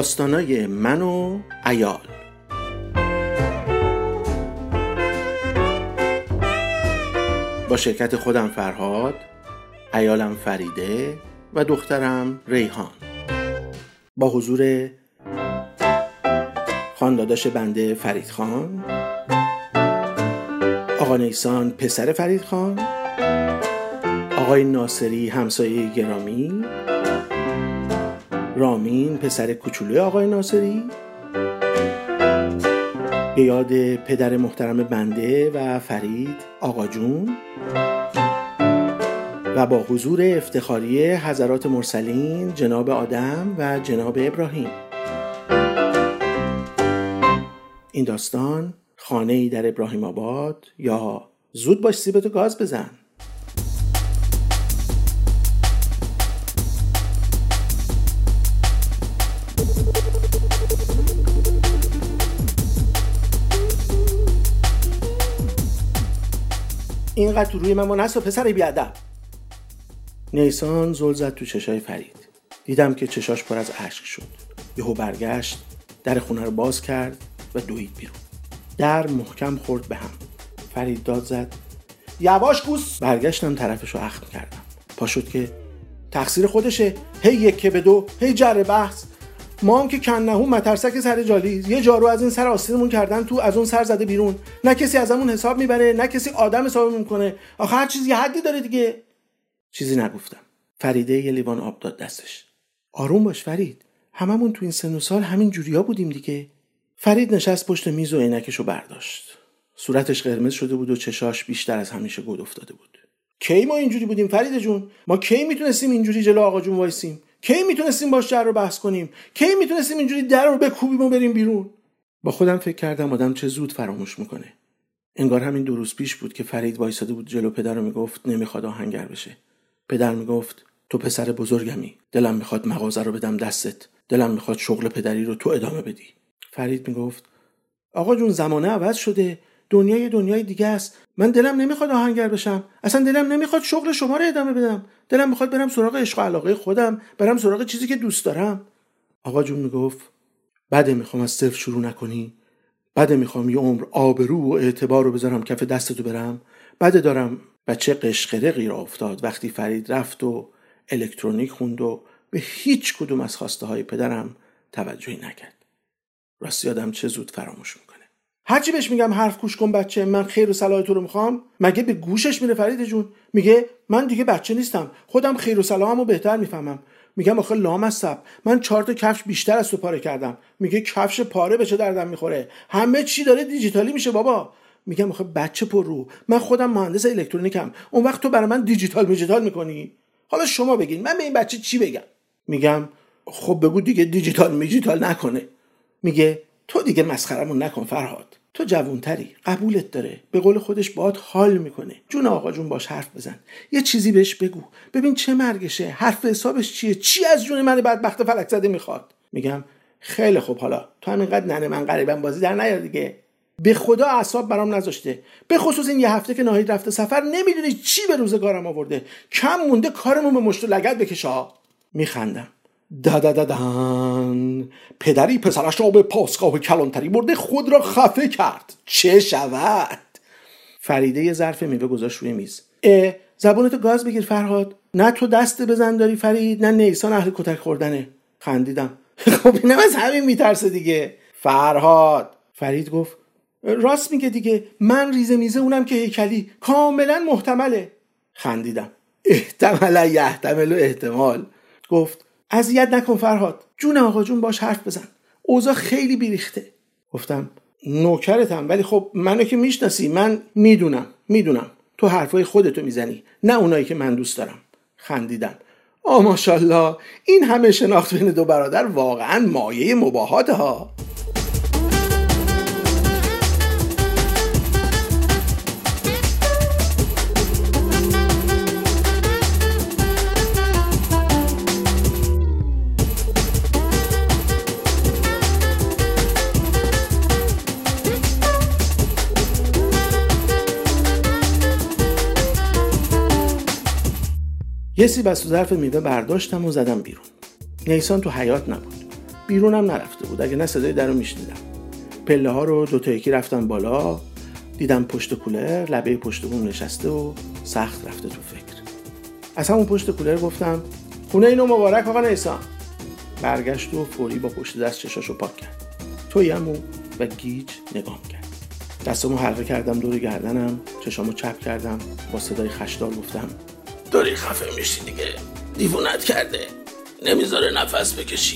داستانای من و عیال. با شرکت خودم فرهاد، عیالم فریده و دخترم ریحان. با حضور خانداداش بنده فرید خان، آقا نیسان پسر فرید خان، آقای ناصری همسایه گرامی، رامین پسر کوچولوی آقای ناصری، به یاد پدر محترم بنده و فرید آقا جون، و با حضور افتخاری حضرات مرسلین جناب آدم و جناب ابراهیم. این داستان خانه‌ای در ابراهیم آباد یا زود باش سیبتو گاز بزن. اینقدر تو روی من نسا پسر بیادب. نیسان زل زد تو چشای فرید. دیدم که چشاش پر از اشک شد. یهو برگشت، در خونه رو باز کرد و دوید بیرون. در محکم خورد به هم. فرید داد زد یواش گوس. برگشتم طرفشو اخم کردم. پا شد که تقصیر خودشه، هی یک که به دو، هی جره بحث. ما هم که کنهو مترسک سر جالی، یه جارو از این سر آستینمون کردن تو، از اون سر زده بیرون. نه کسی ازمون حساب میبره، نه کسی آدم حسابمون کنه. آخه هر چیز یه حدی داره دیگه. چیزی نگفتم. فریده یه لیوان آب داد دستش. آروم باش فرید، هممون تو این سن و سال همین جوریا بودیم دیگه. فرید نشست پشت میز و عینکشو برداشت. صورتش قرمز شده بود و چشاش بیشتر از همیشه گود افتاده بود. کی ما اینجوری بودیم فرید جون؟ ما کی میتونستیم اینجوری جلو آقا جون وایسیم؟ کی میتونستیم باش در رو بحث کنیم؟ کی میتونستیم اینجوری در رو بکوبیم و بریم بیرون؟ با خودم فکر کردم آدم چه زود فراموش میکنه. انگار همین 2 روز پیش بود که فرید وایساده بود جلو پدر و میگفت نمیخواد آهنگر بشه. پدر میگفت تو پسر بزرگمی، دلم میخواد مغازه رو بدم دستت، دلم میخواد شغل پدری رو تو ادامه بدی. فرید میگفت آقا جون زمانه عوض شده، دنیای دیگه است. من دلم نمیخواد آهنگر بشم، اصلا دلم نمیخواد شغل شما رو ادامه بدم. دلم میخواد برم سراغ عشق و علاقه خودم، برم سراغ چیزی که دوست دارم. آقا جون میگفت بده میخوام از صفر شروع نکنی، بده میخوام یه عمر آبرو و اعتبار رو بذارم کف دستتو برم، بده دارم. بچه قشقرقی را افتاد وقتی فرید رفت و الکترونیک خوند و به هیچ کدوم از خواسته های پدرم توجهی نکرد. راستی آدم چه زود فراموش میکنه. هرچی بهش میگم حرف گوش کن بچه، من خیر و صلاح تو رو میخوام، مگه به گوشش میره فرید جون؟ میگه من دیگه بچه نیستم، خودم خیر و صلاحمو بهتر میفهمم. میگم آخه لامصب، من 4 تا کفش بیشتر از تو پاره کردم. میگه کفش پاره بشه دردم میخوره، همه چی داره دیجیتالی میشه بابا. میگم آخه بچه پر رو، من خودم مهندس الکترونیکم، اون وقت تو برای من دیجیتال میکنی؟ حالا شما بگین من به این بچه چی بگم؟ میگم خب بگو دیگه دیجیتال نکنه. میگه تو دیگه مسخرمون نکن فرهاد، تو جوونتری، قبولت داره، به قول خودش باهات حال میکنه. جون آقا جون باش حرف بزن، یه چیزی بهش بگو، ببین چه مرگشه، حرف حسابش چیه، چی از جون من بدبخت فلک زده میخواد. میگم خیلی خوب، حالا تو همینقدر ننه من غریبم بازی در نیار دیگه. به خدا اعصاب برام نذاشته، به خصوص این یه هفته که ناهید رفته سفر، نمیدونی چی به روزگارم آورده. کم مونده کارمون به مشت و لگد بکشه. میخندم. دادادادن پدری پسرش را به پاسگاه کلانتری برده، خود را خفه کرد، چه شود؟ فریده یه ظرف میوه گذاشت روی میز. زبونتو گاز بگیر فرهاد، نه تو دست بزن داری فرید، نه نیسان اهل کتک خوردنه. خندیدم. خب اینم از همین میترسه دیگه فرهاد. فرید گفت راست میگه دیگه، من ریزه میزه اونم که هیکلی، کاملا محتمله. خندیدم. احتمال یحتمل و احتمال. گفت اذیت نکن فرهاد، جون آقا جون باش حرف بزن، اوضاع خیلی بیریخته. گفتم نوکرتم، ولی خب منو که میشناسی، من میدونم تو حرفای خودتو میزنی، نه اونایی که من دوست دارم. خندیدم. ماشاءالله، این همه شناخت بین 2 برادر واقعا مایه مباهاته ها. یه سیب از تو ظرف میوه برداشتم و زدم بیرون. نیسان تو حیاط نبود. بیرونم نرفته بود، اگه نه صدای درو میشنیدم. پله ها رو 2 تا یکی رفتم بالا، دیدم پشت کولر لبه پشت بوم نشسته و سخت رفته تو فکر. از همون پشت کولر گفتم خونه اینو مبارک آقا نیسان. برگشت و فوری با پشت دست چشاشو پاک کرد. تویمو و گیج نگام کرد. دستمو حلقه کردم دور گردنم، چشامو چپ کردم، با صدای خشدار گفتم داری خفه میشی دیگه، دیوونت کرده، نمیذاره نفس بکشی.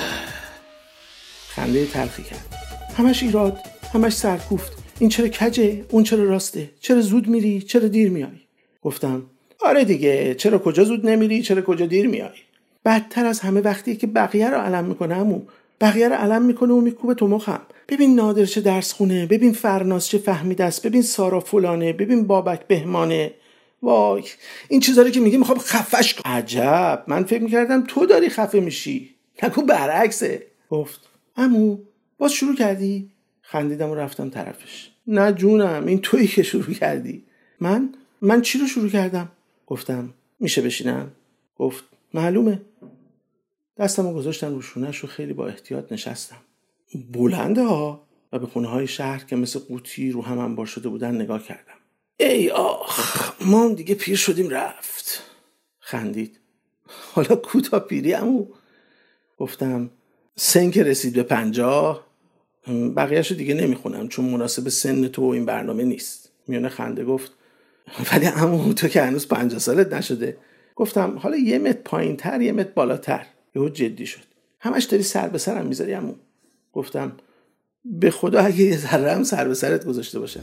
خنده تلخی کرد. همش ایراد، همش سرکوفت، این چرا کجه، اون چرا راسته، چرا زود میری، چرا دیر میای. گفتم آره دیگه، چرا کجا زود نمیری، چرا کجا دیر میای. بدتر از همه وقتی که بقیه رو علم میکنه عمو، بقیه رو علم میکنه و میکوبه تو مخم. ببین نادر چه درس خونه، ببین فرناز چه فهمیده است، ببین سارا فلانه، ببین بابک بهمانه. وای این چیزایی که میگی میخوام خفش کنم. عجب، من فکر میکردم تو داری خفه میشی، نگو برعکسه. گفت عمو باز شروع کردی؟ خندیدم و رفتم طرفش. نه جونم، این تویی که شروع کردی. من چی رو شروع کردم؟ گفتم میشه بشینم؟ گفت معلومه. دستمو گذاشتم رو شونه‌ش و خیلی با احتیاط نشستم. بلنده ها. و به خونه های شهر که مثل قوطی رو هم انبار شده بودن نگاه کردم. ای آخ، ما هم دیگه پیر شدیم رفت. خندید. حالا کوتا پیری عمو؟ گفتم سن که رسید به 50، بقیه‌شو دیگه نمیخونم چون مناسب سن تو و این برنامه نیست. میونه خنده گفت ولی عمو تو که هنوز 50 سالت نشده. گفتم حالا 1 متر پایین‌تر 1 متر بالاتر. یهو جدی شد. همش داری سر به سرم میذاری عمو. گفتم به خدا اگه یه ذره هم سر به سرت گذاشته باشم.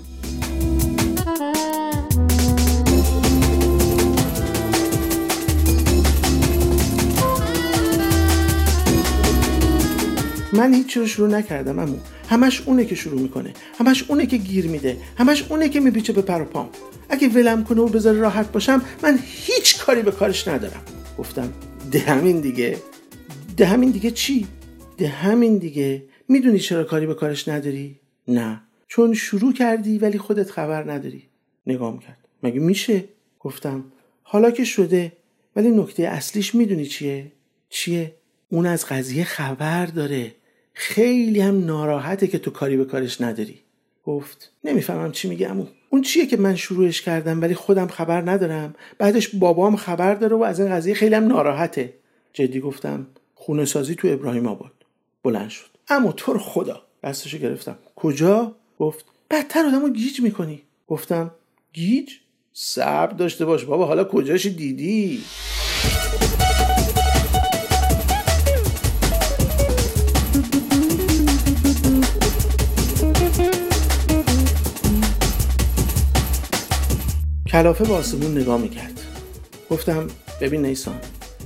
من هیچ رو شروع نکردم عمو. همش اونه که شروع میکنه، همش اونه که گیر میده، همش اونه که میپیچه به پر و پام. اگه ولم کنه و بذاره راحت باشم من هیچ کاری به کارش ندارم. گفتم ده همین دیگه چی؟ ده همین دیگه. میدونی چرا کاری به کارش نداری؟ نه، چون شروع کردی ولی خودت خبر نداری. نگام کرد. مگه میشه؟ گفتم حالا که شده، ولی نکته اصلیش میدونی چیه؟ اون از قضیه خبر داره. خیلی هم ناراحته که تو کاری به کارش نداری. گفت نمیفهمم چی میگی عمو. اون چیه که من شروعش کردم ولی خودم خبر ندارم، بعدش بابام خبر داره و از این قضیه خیلی هم ناراحته. جدی گفتم خونه سازی تو ابراهیم آباد. بلند شد. عمو تو رو خدا. دستشو گرفتم. کجا؟ گفت بدتر آدمو گیج میکنی. گفتم گیج؟ صبر داشته باش بابا، حالا کجاش دیدی؟ کلافه به آسمون نگاه میکرد. گفتم ببین نیسان،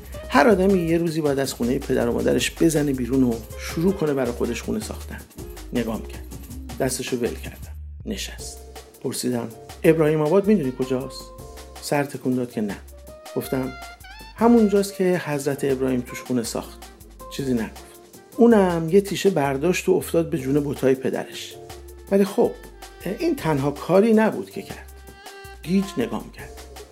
هر آدمی یه روزی باید از خونه پدر و مادرش بزنه بیرون و شروع کنه برای خودش خونه ساختن. نگاه میکرد. دستشو ول کردم. نشست. پرسیدم ابراهیم آباد میدونی کجاست؟ سر تکون داد که نه. گفتم همونجاست که حضرت ابراهیم توش خونه ساخت. چیزی نگفت. اونم یه تیشه برداشت و افتاد به جون بتای پدرش. ولی خب این تنها کاری نبود که کرد. گیج نگام کرد.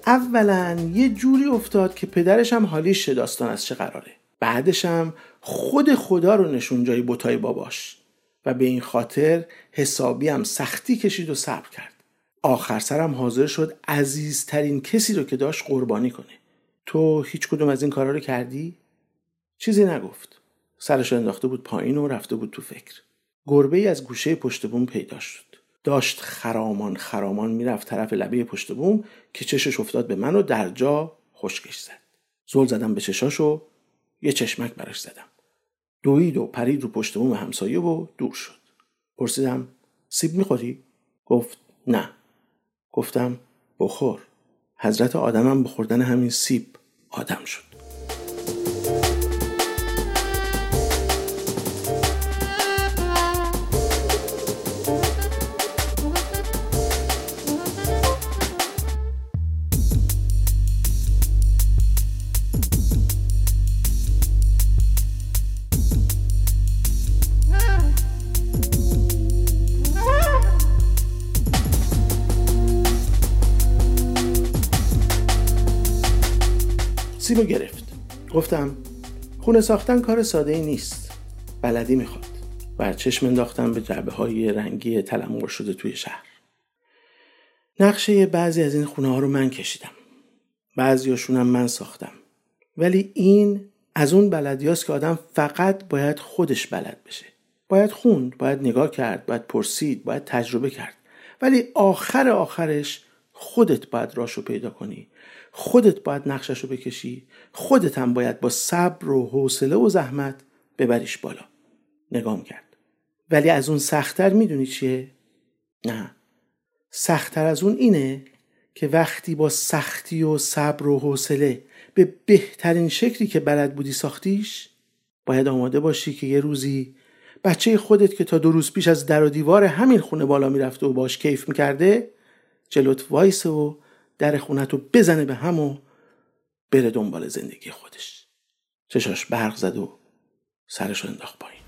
اولا یه جوری افتاد که پدرش هم حالیش داستان از چه قراره. بعدش هم خود خدا رو نشون جای بتای باباش و به این خاطر حسابی هم سختی کشید و صبر کرد. آخر سرم حاضر شد عزیزترین کسی رو که داشت قربانی کنه. تو هیچ کدوم از این کارا رو کردی؟ چیزی نگفت. سرش انداخته بود پایین و رفته بود تو فکر. گربه‌ای از گوشه پشت بوم پیدا شد. داشت خرامان میرفت طرف لبه پشت بوم که چشش افتاد به من و در جا خشکش زد. زل زدم به چشاش و یه چشمک براش زدم. دوید و پرید رو پشت بوم همسایه و دور شد. پرسیدم سیب میخوری؟ گفت نه. گفتم بخور. حضرت آدمم بخوردن همین سیب آدم شد. سیبو گرفت. گفتم خونه ساختن کار ساده ای نیست. بلدی میخواد. و چشم انداختم به جعبه‌های رنگی تلمبار شده توی شهر. نقشه بعضی از این خونه ها رو من کشیدم. بعضیاشونم من ساختم. ولی این از اون بلدیاست که آدم فقط باید خودش بلد بشه. باید خوند، باید نگاه کرد، باید پرسید، باید تجربه کرد. ولی آخرش خودت باید راشو پیدا کنی. خودت باید نقششو بکشی. خودت هم باید با صبر و حوصله و زحمت ببریش بالا. نگام کرد. ولی از اون سخت‌تر میدونی چیه؟ نه. سخت‌تر از اون اینه که وقتی با سختی و صبر و حوصله به بهترین شکلی که بلد بودی ساختیش، باید آماده باشی که یه روزی بچه خودت که تا 2 روز پیش از در و دیوار همین خونه بالا میرفته و باش کیف میکرده جلوت وایسه و در خونتو بزنه به هم و بره دنبال زندگی خودش. چشاش برق زد و سرشو انداخت پایین.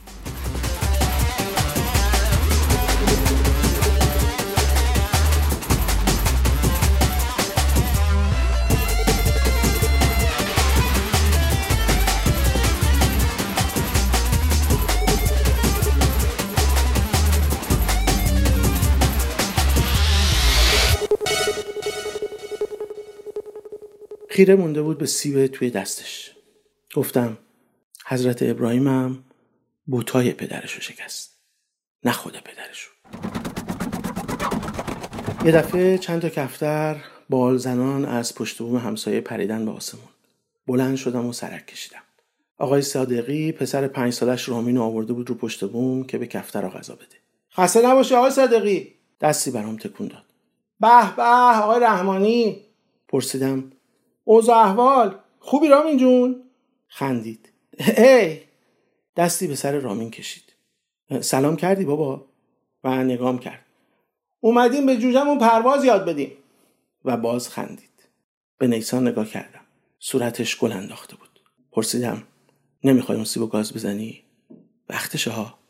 خیره مونده بود به سیب توی دستش. گفتم حضرت ابراهیمم بوتای پدرشو شکست، نه خود پدرشو. یه دفعه چند تا کفتر بال زنان از پشت بوم همسایه پریدن به آسمون. بلند شدم و سرک کشیدم. آقای صادقی پسر 5 سالش رامینو آورده بود رو پشت بوم که به کفترها غذا بده. خسته نباشی آقای صادقی. دستی برام تکون داد. به به آقای رحمانی. پرسیدم اوضاع احوال خوبی رامین جون؟ خندید. هی دستی به سر رامین کشید. سلام کردی بابا؟ و نگام کرد. اومدیم به جوجمون پرواز یاد بدیم. و باز خندید. به نیسان نگاه کردم. صورتش گل انداخته بود. پرسیدم نمیخوای اون سیبو گاز بزنی؟ وقتشه ها.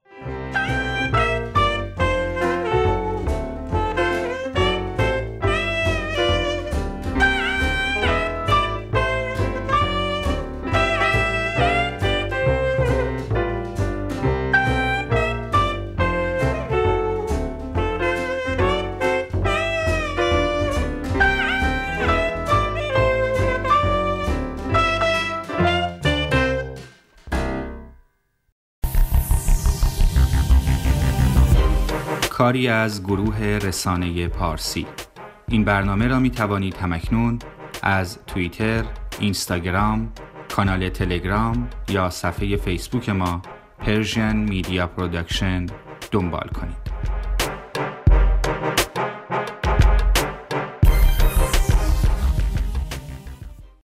کاری از گروه رسانه پارسی. این برنامه را می توانید همکنون از توییتر، اینستاگرام، کانال تلگرام یا صفحه فیسبوک ما Persian Media Production دنبال کنید.